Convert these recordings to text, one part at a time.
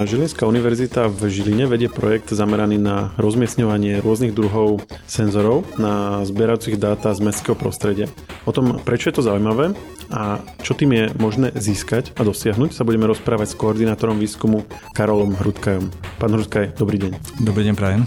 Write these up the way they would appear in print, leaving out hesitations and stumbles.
Žilinská univerzita v Žiline vedie projekt zameraný na rozmiestňovanie rôznych druhov senzorov na zbierajúcich dáta z mestského prostredia. O tom, prečo je to zaujímavé a čo tým je možné získať a dosiahnuť, sa budeme rozprávať s koordinátorom výskumu Karolom Hrudkajom. Pán Hrudkaj, dobrý deň. Dobrý deň, prajem.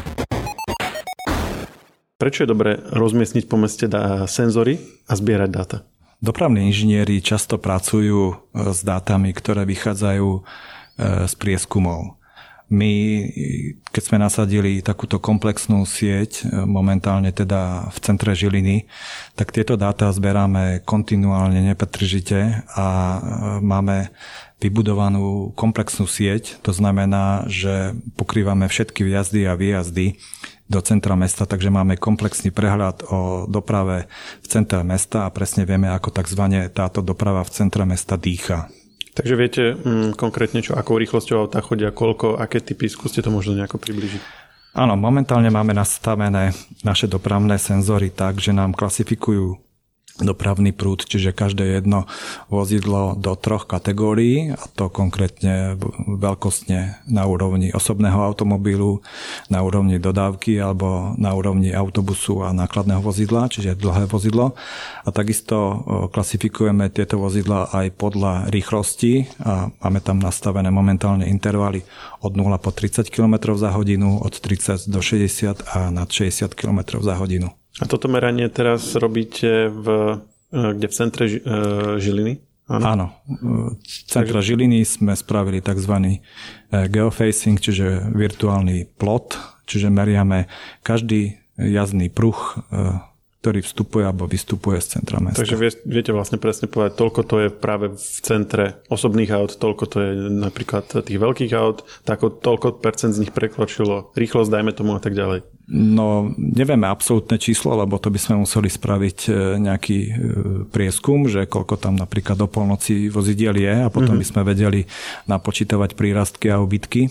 Prečo je dobré rozmiestniť po meste senzory a zbierať dáta? Dopravní inžinieri často pracujú s dátami, ktoré vychádzajú z prieskumov. My, keď sme nasadili takúto komplexnú sieť, momentálne teda v centre Žiliny, tak tieto dáta zberáme kontinuálne, nepretržite a máme vybudovanú komplexnú sieť. To znamená, že pokrývame všetky vjazdy a výjazdy do centra mesta, takže máme komplexný prehľad o doprave v centre mesta a presne vieme, ako takzvané táto doprava v centre mesta dýcha. Takže viete konkrétne, čo, akou rýchlosťou autá chodia, koľko, aké typy, skúste to možno nejako približiť. Áno, momentálne máme nastavené naše dopravné senzory tak, že nám klasifikujú dopravný prúd, čiže každé jedno vozidlo do 3 kategórií, a to konkrétne veľkostne na úrovni osobného automobilu, na úrovni dodávky alebo na úrovni autobusu a nákladného vozidla, čiže dlhé vozidlo. A takisto klasifikujeme tieto vozidla aj podľa rýchlosti a máme tam nastavené momentálne intervaly od 0 po 30 km za hodinu, od 30 do 60 a nad 60 km za hodinu. A toto meranie teraz robíte v centre Žiliny? Áno. V centre Žiliny sme spravili tzv. Geofacing, čiže virtuálny plot, čiže meriame každý jazdný pruh, ktorý vstupuje alebo vystupuje z centra mesta. Takže viete vlastne presne povedať, toľko to je práve v centre osobných aut, toľko to je napríklad tých veľkých aut, toľko percent z nich prekročilo rýchlosť, dajme tomu a tak ďalej. No, nevieme absolútne číslo, lebo to by sme museli spraviť nejaký prieskum, že koľko tam napríklad do polnoci vozidiel je a potom by sme vedeli napočítavať prírastky a ubytky.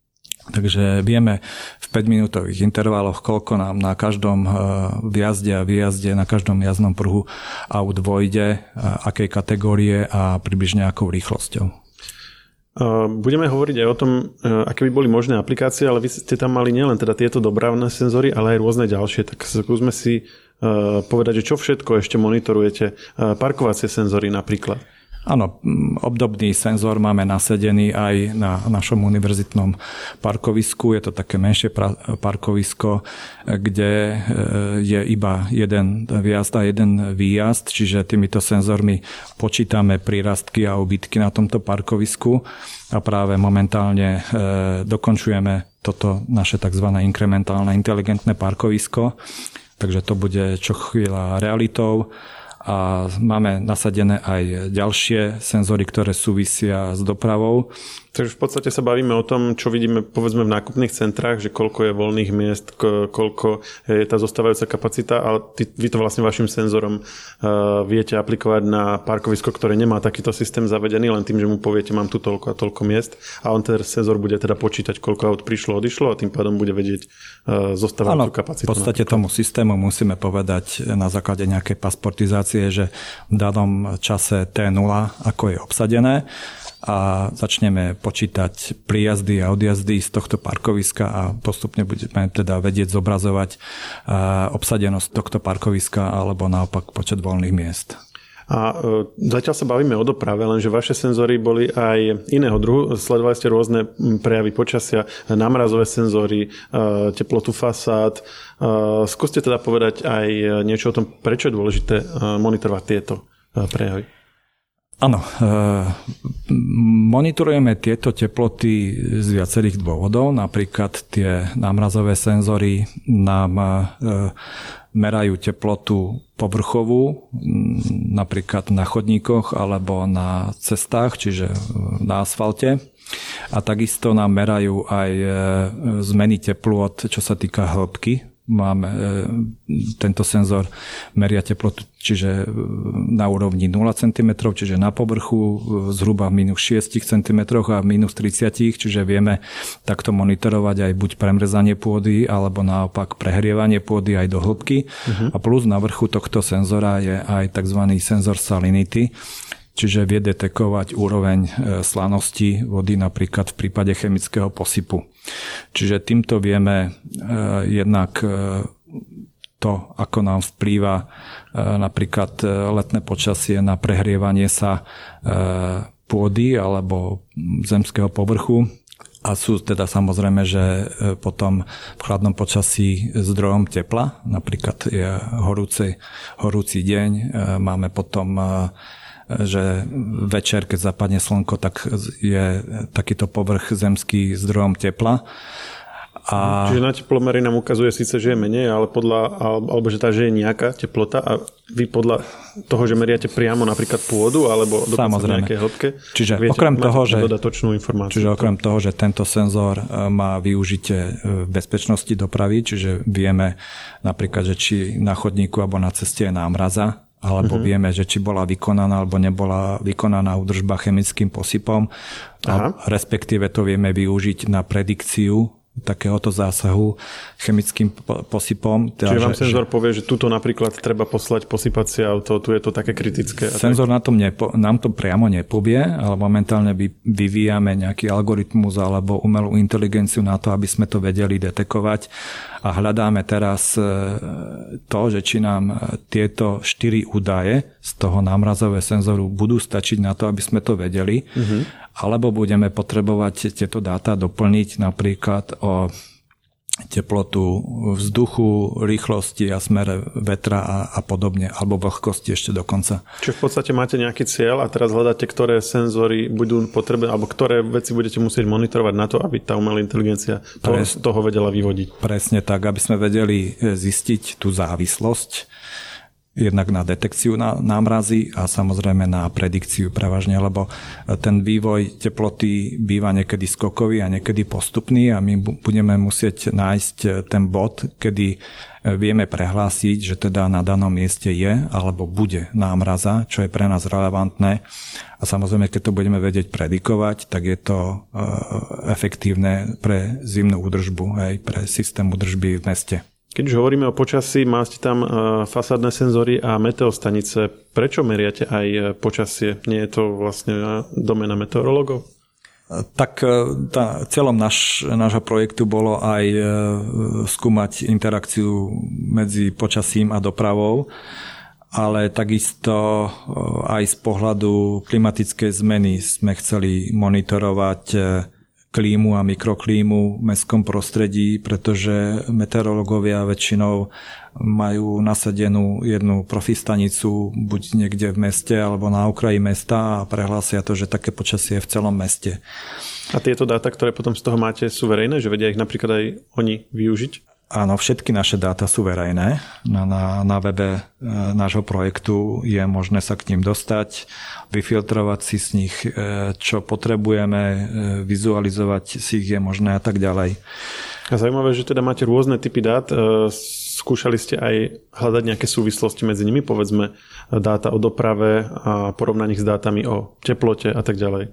Takže vieme v 5-minútových intervaloch, koľko nám na každom vjazde a výjazde, na každom jazdnom pruhu aut vojde, akej kategórie a približne akou rýchlosťou. Budeme hovoriť aj o tom, aké by boli možné aplikácie, ale vy ste tam mali nielen teda tieto dopravné senzory, ale aj rôzne ďalšie. Tak skúsme si povedať, že čo všetko ešte monitorujete. Parkovacie senzory napríklad. Áno, obdobný senzor máme nasadený aj na našom univerzitnom parkovisku. Je to také menšie parkovisko, kde je iba jeden vjazd a jeden výjazd, čiže týmito senzormi počítame prírastky a ubytky na tomto parkovisku a práve momentálne dokončujeme toto naše tzv. Inkrementálne inteligentné parkovisko, takže to bude čo chvíľa realitou. A máme nasadené aj ďalšie senzory, ktoré súvisia s dopravou. Takže v podstate sa bavíme o tom, čo vidíme povedzme v nákupných centrách, že koľko je voľných miest, koľko je tá zostávajúca kapacita, ale vy to vlastne vašim senzorom viete aplikovať na parkovisko, ktoré nemá takýto systém zavedený, len tým, že mu poviete, mám tu toľko a toľko miest a on ten senzor bude teda počítať, koľko aut prišlo, odišlo a tým pádom bude vedieť zostávajúcu kapacitu. V podstate tomu systému musíme povedať na základe nejakej pasportizácie, že v danom čase T0 ako je obsadené a začneme počítať príjazdy a odjazdy z tohto parkoviska a postupne budeme teda vedieť zobrazovať obsadenosť tohto parkoviska alebo naopak počet voľných miest. A zatiaľ sa bavíme o doprave, lenže vaše senzory boli aj iného druhu. Sledovali ste rôzne prejavy počasia, námrazové senzory, teplotu fasád. Skúste teda povedať aj niečo o tom, prečo je dôležité monitorovať tieto prejavy. Áno, monitorujeme tieto teploty z viacerých dôvodov. Napríklad tie námrazové senzory nám merajú teplotu povrchovú, napríklad na chodníkoch alebo na cestách, čiže na asfalte. A takisto nám merajú aj zmeny teplôt, čo sa týka hĺbky. Máme tento senzor meria teplotu, čiže na úrovni 0 cm, čiže na povrchu zhruba v -6 cm a v -30, čiže vieme takto monitorovať aj buď premrzanie pôdy, alebo naopak prehrievanie pôdy aj do hĺbky. A plus na vrchu tohto senzora je aj tzv. Senzor salinity, čiže vie detekovať úroveň slanosti vody napríklad v prípade chemického posypu. Čiže týmto vieme jednak to, ako nám vplýva napríklad letné počasie na prehrievanie sa pôdy alebo zemského povrchu. A sú teda samozrejme, že potom v chladnom počasí zdrojom tepla, napríklad je horúci deň, máme potom, že večer, keď zapadne slnko, tak je takýto povrch zemský zdrojom tepla. Čiže na teplomery nám ukazuje síce, že je menej, ale alebo že že je nejaká teplota a vy podľa toho, že meriate priamo napríklad pôdu alebo dokonca v nejakej hĺbke, čiže viete, okrem toho, dodatočnú informáciu. Čiže okrem toho, že tento senzor má využitie v bezpečnosti dopravy, čiže vieme napríklad, že či na chodníku alebo na ceste je námraza, alebo vieme, že či bola vykonaná alebo nebola vykonaná údržba chemickým posypom, respektíve to vieme využiť na predikciu takéhoto zásahu chemickým posypom. Čiže vám senzor povie, že tuto napríklad treba poslať posypacie auto, tu je to také kritické. Senzor nám to priamo nepovie, ale momentálne vyvíjame nejaký algoritmus alebo umelú inteligenciu na to, aby sme to vedeli detekovať a hľadáme teraz to, že či nám tieto 4 údaje z toho námrazového senzoru budú stačiť na to, aby sme to vedeli, alebo budeme potrebovať tieto dáta doplniť napríklad o teplotu vzduchu, rýchlosti a smere vetra a podobne, alebo vlhkosti ešte dokonca. Čiže v podstate máte nejaký cieľ a teraz hľadáte, ktoré senzory budú potrebné, alebo ktoré veci budete musieť monitorovať na to, aby tá umelá inteligencia z toho vedela vyvodiť. Presne tak, aby sme vedeli zistiť tú závislosť jednak na detekciu námrazy a samozrejme na predikciu prevažne, lebo ten vývoj teploty býva niekedy skokový a niekedy postupný a my budeme musieť nájsť ten bod, kedy vieme prehlásiť, že teda na danom mieste je alebo bude námraza, čo je pre nás relevantné. A samozrejme, keď to budeme vedieť predikovať, tak je to efektívne pre zimnú údržbu, aj pre systém údržby v meste. Keď už hovoríme o počasí, máte tam fasádne senzory a meteostanice. Prečo meriate aj počasie? Nie je to vlastne doména meteorológov? Tak cieľom nášho projektu bolo aj skúmať interakciu medzi počasím a dopravou, ale takisto aj z pohľadu klimatickej zmeny sme chceli monitorovať klímu a mikroklímu v mestskom prostredí, pretože meteorológovia väčšinou majú nasadenú jednu profistanicu buď niekde v meste alebo na okraji mesta a prehlásia to, že také počasie je v celom meste. A tieto dáta, ktoré potom z toho máte, sú verejné? Že vedia ich napríklad aj oni využiť? Áno, všetky naše dáta sú verejné. Na webe nášho projektu je možné sa k ním dostať, vyfiltrovať si z nich, čo potrebujeme, vizualizovať si ich je možné a tak ďalej. A zaujímavé, že teda máte rôzne typy dát. Skúšali ste aj hľadať nejaké súvislosti medzi nimi, povedzme dáta o doprave a porovnaní s dátami o teplote a tak ďalej?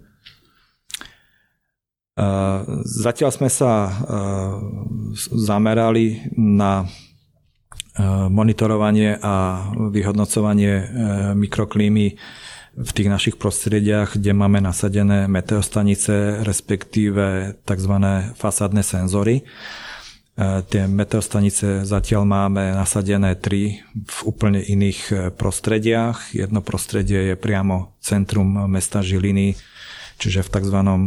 Zatiaľ sme sa zamerali na monitorovanie a vyhodnocovanie mikroklímy v tých našich prostrediach, kde máme nasadené meteostanice, respektíve tzv. Fasádne senzory. Tie meteostanice zatiaľ máme nasadené 3 v úplne iných prostrediach. Jedno prostredie je priamo centrum mesta Žiliny, čiže v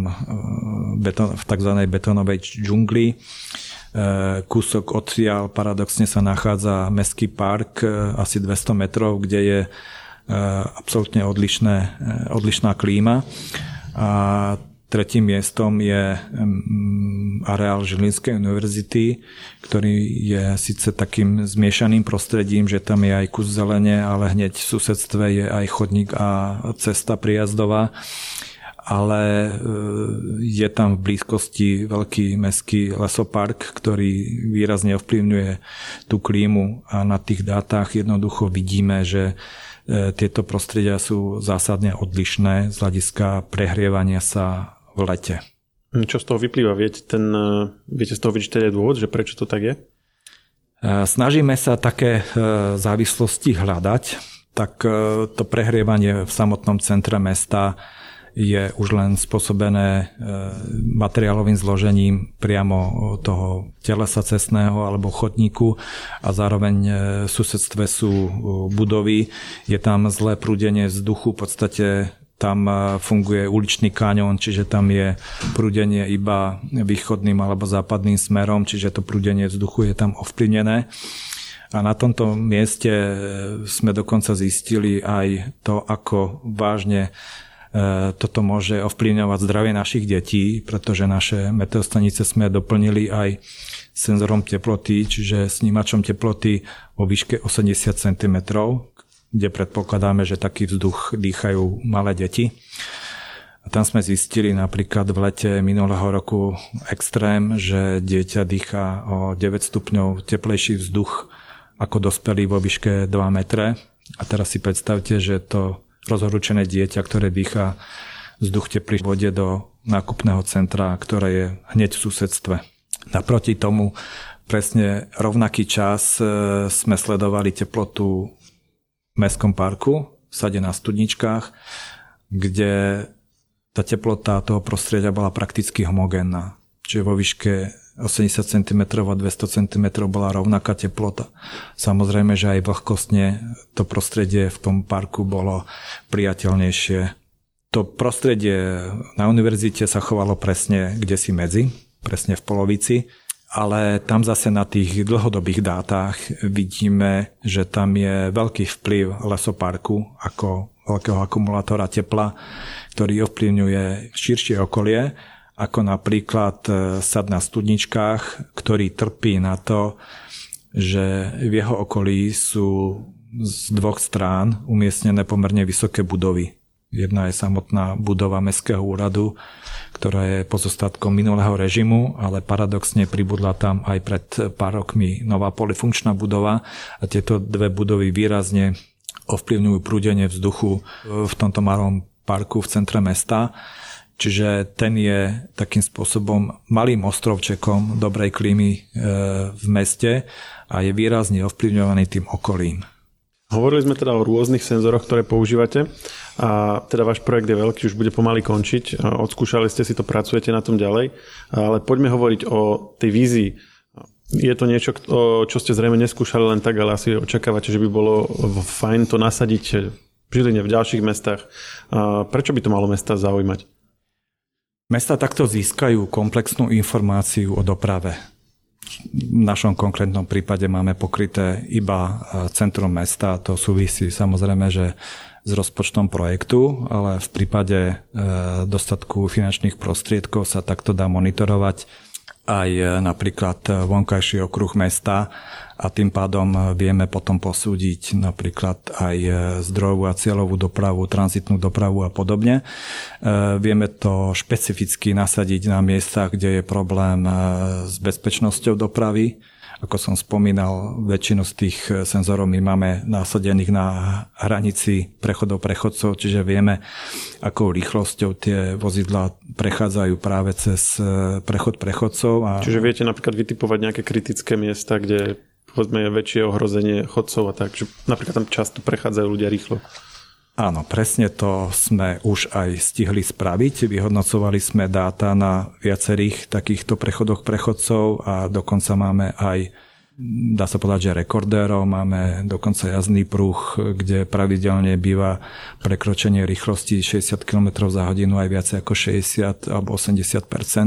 tzv. Betónovej džungli. Kúsok odtiaľ paradoxne sa nachádza mestský park asi 200 metrov, kde je absolútne odlišná klíma. A tretím miestom je areál Žilinskej univerzity, ktorý je síce takým zmiešaným prostredím, že tam je aj kus zelene, ale hneď v susedstve je aj chodník a cesta prijazdová. Ale je tam v blízkosti veľký mestský lesopark, ktorý výrazne ovplyvňuje tú klímu a na tých dátach jednoducho vidíme, že tieto prostredia sú zásadne odlišné z hľadiska prehrievania sa v lete. Čo z toho vyplýva? Viete z toho vyčítať aj dôvod, že prečo to tak je? Snažíme sa také závislosti hľadať. tak to prehrievanie v samotnom centre mesta je už len spôsobené materiálovým zložením priamo toho telesa cestného alebo chodníku a zároveň v susedstve sú budovy. Je tam zlé prúdenie vzduchu, v podstate tam funguje uličný kaňón, čiže tam je prúdenie iba východným alebo západným smerom, čiže to prúdenie vzduchu je tam ovplyvnené. A na tomto mieste sme dokonca zistili aj to, ako vážne toto môže ovplyvňovať zdravie našich detí, pretože naše meteostanice sme doplnili aj senzorom teploty, čiže snímačom teploty vo výške 80 cm, kde predpokladáme, že taký vzduch dýchajú malé deti. A tam sme zistili napríklad v lete minulého roku extrém, že dieťa dýcha o 9 stupňov teplejší vzduch ako dospelý vo výške 2 metre. A teraz si predstavte, že to rozhorúčené dieťa, ktoré dýcha vzduch teplý v vode do nákupného centra, ktoré je hneď v susedstve. Naproti tomu presne rovnaký čas sme sledovali teplotu v mestskom parku, v sade na Studničkách, kde tá teplota toho prostredia bola prakticky homogénna. Čiže vo výške 80 cm a 200 cm bola rovnaká teplota. Samozrejme, že aj vlhkostne to prostredie v tom parku bolo priateľnejšie. To prostredie na univerzite sa chovalo presne kdesi medzi, presne v polovici, ale tam zase na tých dlhodobých dátach vidíme, že tam je veľký vplyv lesoparku ako veľkého akumulátora tepla, ktorý ovplyvňuje širšie okolie, ako napríklad sad na Studničkách, ktorý trpí na to, že v jeho okolí sú z dvoch strán umiestnené pomerne vysoké budovy. Jedna je samotná budova Mestského úradu, ktorá je pozostatkom minulého režimu, ale paradoxne pribudla tam aj pred pár rokmi nová polifunkčná budova a tieto dve budovy výrazne ovplyvňujú prúdenie vzduchu v tomto malom parku v centre mesta. Čiže ten je takým spôsobom malým ostrovčekom dobrej klímy v meste a je výrazne ovplyvňovaný tým okolím. Hovorili sme teda o rôznych senzoroch, ktoré používate a teda váš projekt je veľký, už bude pomaly končiť. Odskúšali ste si to, pracujete na tom ďalej, ale poďme hovoriť o tej vízii. Je to niečo, čo ste zrejme neskúšali len tak, ale asi očakávate, že by bolo fajn to nasadiť v Žiline, v ďalších mestách. Prečo by to malo mesta zaujímať? Mesta takto získajú komplexnú informáciu o doprave. V našom konkrétnom prípade máme pokryté iba centrum mesta. To súvisí samozrejme, že s rozpočtom projektu, ale v prípade dostatku finančných prostriedkov sa takto dá monitorovať aj napríklad vonkajší okruh mesta a tým pádom vieme potom posúdiť napríklad aj zdrojovú a cieľovú dopravu, tranzitnú dopravu a podobne. Vieme to špecificky nasadiť na miestach, kde je problém s bezpečnosťou dopravy. Ako som spomínal, väčšinu z tých senzorov my máme nasadených na hranici prechodov-prechodcov, čiže vieme, akou rýchlosťou tie vozidlá prechádzajú práve cez prechod prechodcov. Čiže viete napríklad vytipovať nejaké kritické miesta, kde povedzme je väčšie ohrozenie chodcov a tak, že napríklad tam často prechádzajú ľudia rýchlo. Áno, presne to sme už aj stihli spraviť. Vyhodnocovali sme dáta na viacerých takýchto prechodoch prechodcov a dokonca máme aj, dá sa povedať, že rekordérov. Máme dokonca jazdný pruh, kde pravidelne býva prekročenie rýchlosti 60 km za hodinu aj viac ako 60 alebo 80%.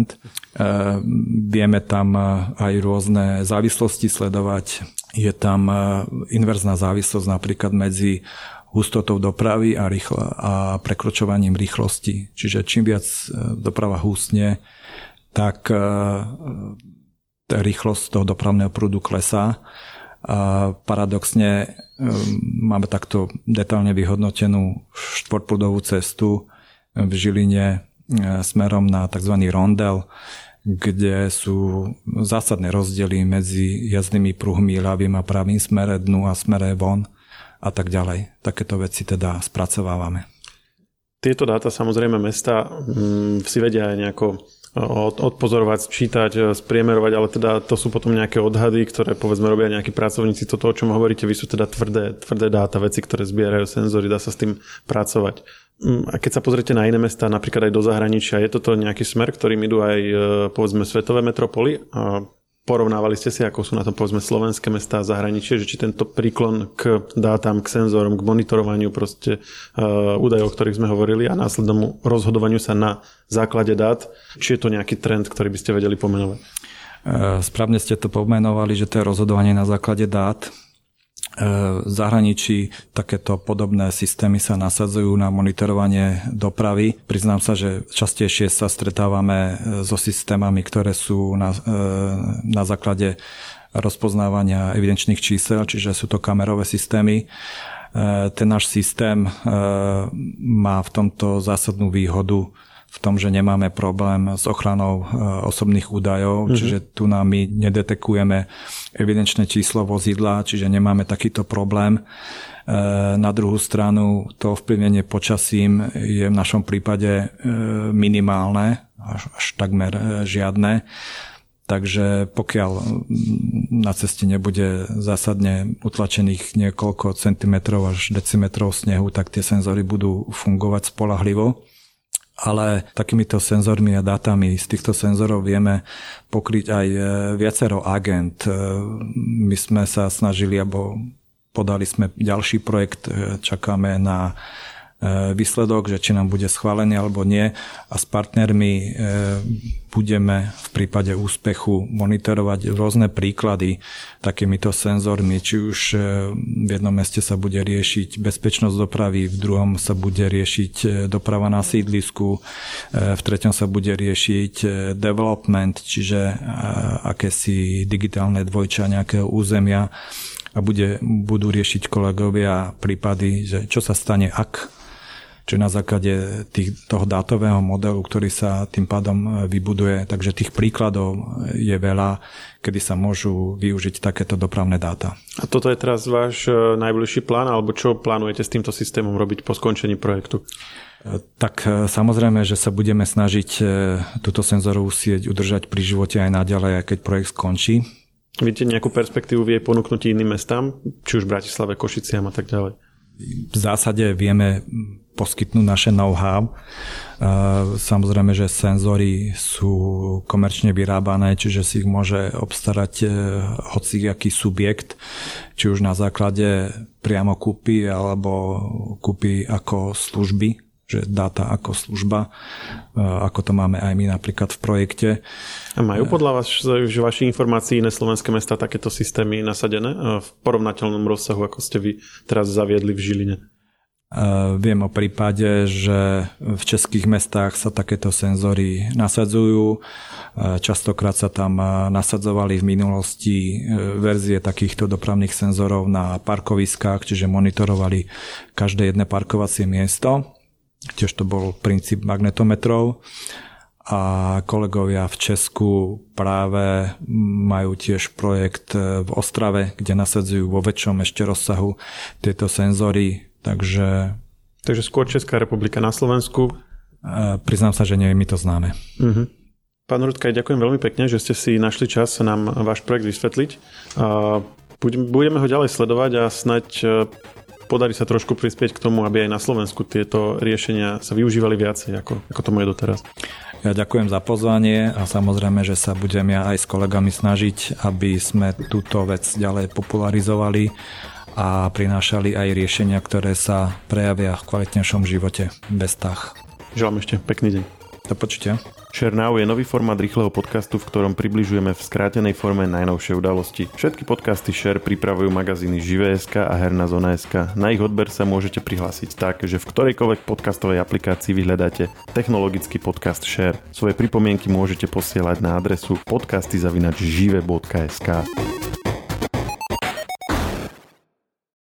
Vieme tam aj rôzne závislosti sledovať. Je tam inverzná závislosť napríklad medzi hustotou dopravy a prekročovaním rýchlosti. Čiže čím viac doprava hustne, tak rýchlosť toho dopravného prúdu klesá. A paradoxne máme takto detailne vyhodnotenú štvorprúdovú cestu v Žiline smerom na tzv. Rondel, kde sú zásadné rozdiely medzi jazdnými pruhmi ľavým a pravým smere dnu a smere von a tak ďalej. Takéto veci teda spracovávame. Tieto dáta samozrejme mesta si vedia aj nejako odpozorovať, čítať, spriemerovať, ale teda to sú potom nejaké odhady, ktoré povedzme robia nejakí pracovníci. Toto, o čom hovoríte, vy sú teda tvrdé dáta, veci, ktoré zbierajú senzory, dá sa s tým pracovať. A keď sa pozriete na iné mestá, napríklad aj do zahraničia, je toto nejaký smer, ktorým idú aj povedzme svetové metropoly? A porovnávali ste si, ako sú na tom povedzme slovenské mestá a zahraničie, že či tento príklon k dátam, k senzorom, k monitorovaniu proste údajov, o ktorých sme hovorili a následnému rozhodovaniu sa na základe dát, či je to nejaký trend, ktorý by ste vedeli pomenovať? Správne ste to pomenovali, že to je rozhodovanie na základe dát. V zahraničí takéto podobné systémy sa nasadzujú na monitorovanie dopravy. Priznám sa, že častejšie sa stretávame so systémami, ktoré sú na základe rozpoznávania evidenčných čísel, čiže sú to kamerové systémy. Ten náš systém má v tomto zásadnú výhodu v tom, že nemáme problém s ochranou osobných údajov, čiže tu nám my nedetekujeme evidenčné číslo vozidla, čiže nemáme takýto problém. Na druhú stranu to ovplyvnenie počasím je v našom prípade minimálne, až takmer žiadne. Takže pokiaľ na ceste nebude zásadne utlačených niekoľko centimetrov až decimetrov snehu, tak tie senzory budú fungovať spoľahlivo. Ale takýmito senzormi a dátami z týchto senzorov vieme pokryť aj viacero agent. My sme sa snažili, alebo podali sme ďalší projekt, čakáme na výsledok, že či nám bude schválený alebo nie a s partnermi budeme v prípade úspechu monitorovať rôzne príklady takýmito senzormi, či už v jednom meste sa bude riešiť bezpečnosť dopravy, v druhom sa bude riešiť doprava na sídlisku, v treťom sa bude riešiť development, čiže akési digitálne dvojča nejakého územia a budú riešiť kolegovia prípady, že čo sa stane, ak čiže na základe toho dátového modelu, ktorý sa tým pádom vybuduje. Takže tých príkladov je veľa, kedy sa môžu využiť takéto dopravné dáta. A toto je teraz váš najbližší plán, alebo čo plánujete s týmto systémom robiť po skončení projektu? Tak samozrejme, že sa budeme snažiť túto senzorovú sieť udržať pri živote aj naďalej, aj keď projekt skončí. Vidíte nejakú perspektívu v jej ponúknutí iným mestám, či už v Bratislave, Košiciam a tak ďalej? V zásade vieme poskytnúť naše know-how. Samozrejme, že senzory sú komerčne vyrábané, čiže si ich môže obstarať hociaký subjekt, či už na základe priamo kúpy alebo kúpy ako služby, že dáta ako služba, ako to máme aj my napríklad v projekte. A majú podľa vás, že vaši informácií iné slovenské mestá takéto systémy nasadené v porovnateľnom rozsahu, ako ste vy teraz zaviedli v Žiline? Viem o prípade, že v českých mestách sa takéto senzory nasadzujú. Častokrát sa tam nasadzovali v minulosti verzie takýchto dopravných senzorov na parkoviskách, čiže monitorovali každé jedné parkovacie miesto. Tiež to bol princíp magnetometrov. A kolegovia v Česku práve majú tiež projekt v Ostrave, kde nasadzujú vo väčšom ešte rozsahu tieto senzory. Takže skôr Česká republika, na Slovensku? Priznám sa, že nie je mi to známe. Pán Rudkaj, ďakujem veľmi pekne, že ste si našli čas nám váš projekt vysvetliť. Budeme ho ďalej sledovať a snaď podarí sa trošku prispieť k tomu, aby aj na Slovensku tieto riešenia sa využívali viacej, ako tomu je doteraz. Ja ďakujem za pozvanie a samozrejme, že sa budem ja aj s kolegami snažiť, aby sme túto vec ďalej popularizovali a prinášali aj riešenia, ktoré sa prejavia v kvalitnejšom živote v mestách. Želám ešte pekný deň. Do počutia. Share Now je nový formát rýchleho podcastu, v ktorom približujeme v skrátenej forme najnovšie udalosti. Všetky podcasty Share pripravujú magazíny Živé.sk a Herná zóna.sk. Na ich odber sa môžete prihlásiť tak, že v ktorejkoľvek podcastovej aplikácii vyhľadáte technologický podcast Share. Svoje pripomienky môžete posielať na adresu podcasty@žive.sk.